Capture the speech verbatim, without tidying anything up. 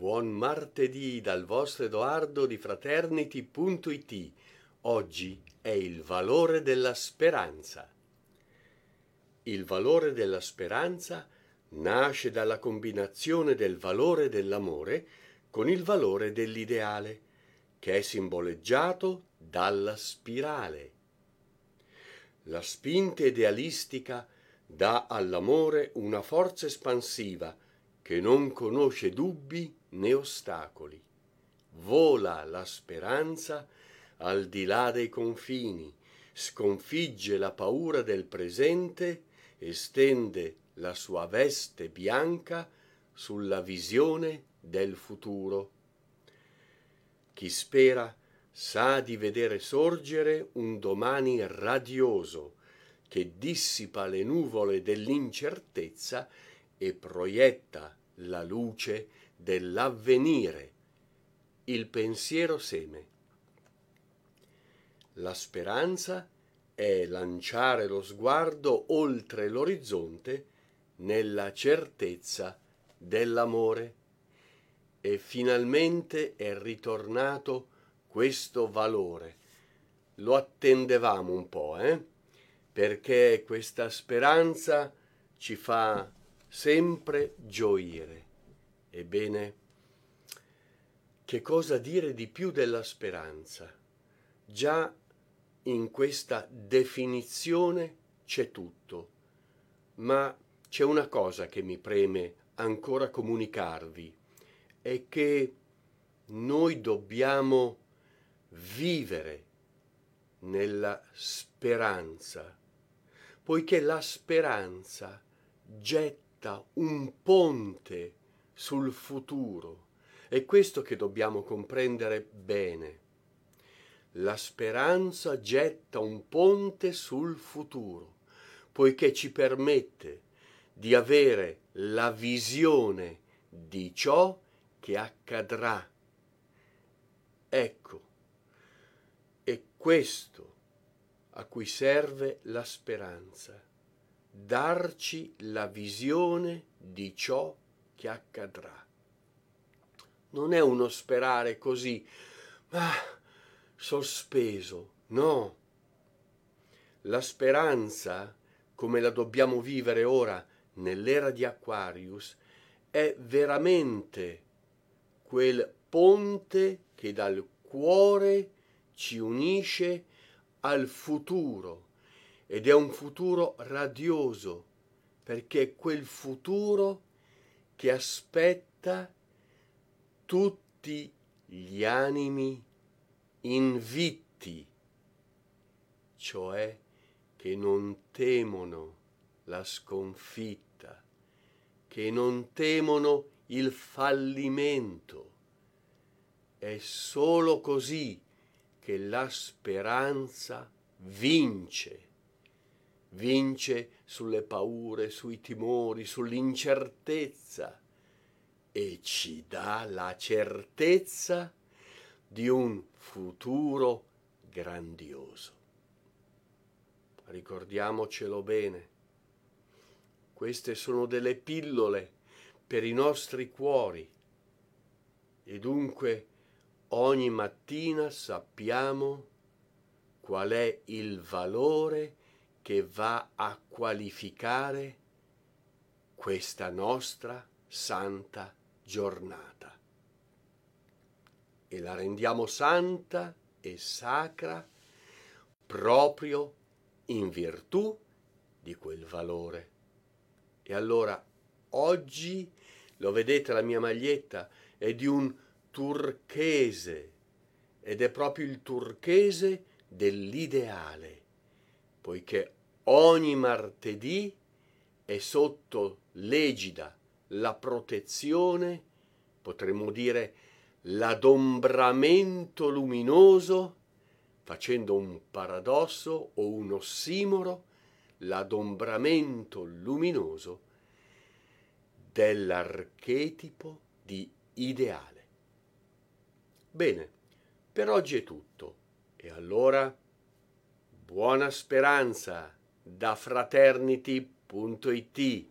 Buon martedì dal vostro Edoardo di Fraternity punto it. Oggi è il valore della speranza. Il valore della speranza nasce dalla combinazione del valore dell'amore con il valore dell'ideale, che è simboleggiato dalla spirale. La spinta idealistica dà all'amore una forza espansiva che non conosce dubbi né ostacoli. Vola la speranza al di là dei confini, sconfigge la paura del presente e stende la sua veste bianca sulla visione del futuro. Chi spera sa di vedere sorgere un domani radioso che dissipa le nuvole dell'incertezza e proietta la luce dell'avvenire. Il pensiero seme. La speranza è lanciare lo sguardo oltre l'orizzonte nella certezza dell'amore. E finalmente è ritornato questo valore. Lo attendevamo un po', eh? Perché questa speranza ci fa sempre gioire. Ebbene, che cosa dire di più della speranza? Già in questa definizione c'è tutto, ma c'è una cosa che mi preme ancora comunicarvi, è che noi dobbiamo vivere nella speranza, poiché la speranza getta un ponte sul futuro. È questo che dobbiamo comprendere bene. La speranza getta un ponte sul futuro, poiché ci permette di avere la visione di ciò che accadrà. Ecco, è questo a cui serve la speranza, darci la visione di ciò che accadrà. Non è uno sperare così, ma sospeso, no. La speranza, come la dobbiamo vivere ora nell'era di Aquarius, è veramente quel ponte che dal cuore ci unisce al futuro, ed è un futuro radioso, perché è quel futuro che aspetta tutti gli animi invitti, cioè che non temono la sconfitta, che non temono il fallimento. È solo così che la speranza vince, vince sulle paure, sui timori, sull'incertezza e ci dà la certezza di un futuro grandioso. Ricordiamocelo bene. Queste sono delle pillole per i nostri cuori e dunque ogni mattina sappiamo qual è il valore che va a qualificare questa nostra santa giornata. E la rendiamo santa e sacra proprio in virtù di quel valore. E allora oggi, lo vedete, la mia maglietta è di un turchese ed è proprio il turchese dell'ideale, poiché ogni martedì è sotto l'egida, la protezione, potremmo dire l'adombramento luminoso, facendo un paradosso o un ossimoro, l'adombramento luminoso dell'archetipo di ideale. Bene, per oggi è tutto. E allora, buona speranza da Fraternity punto it.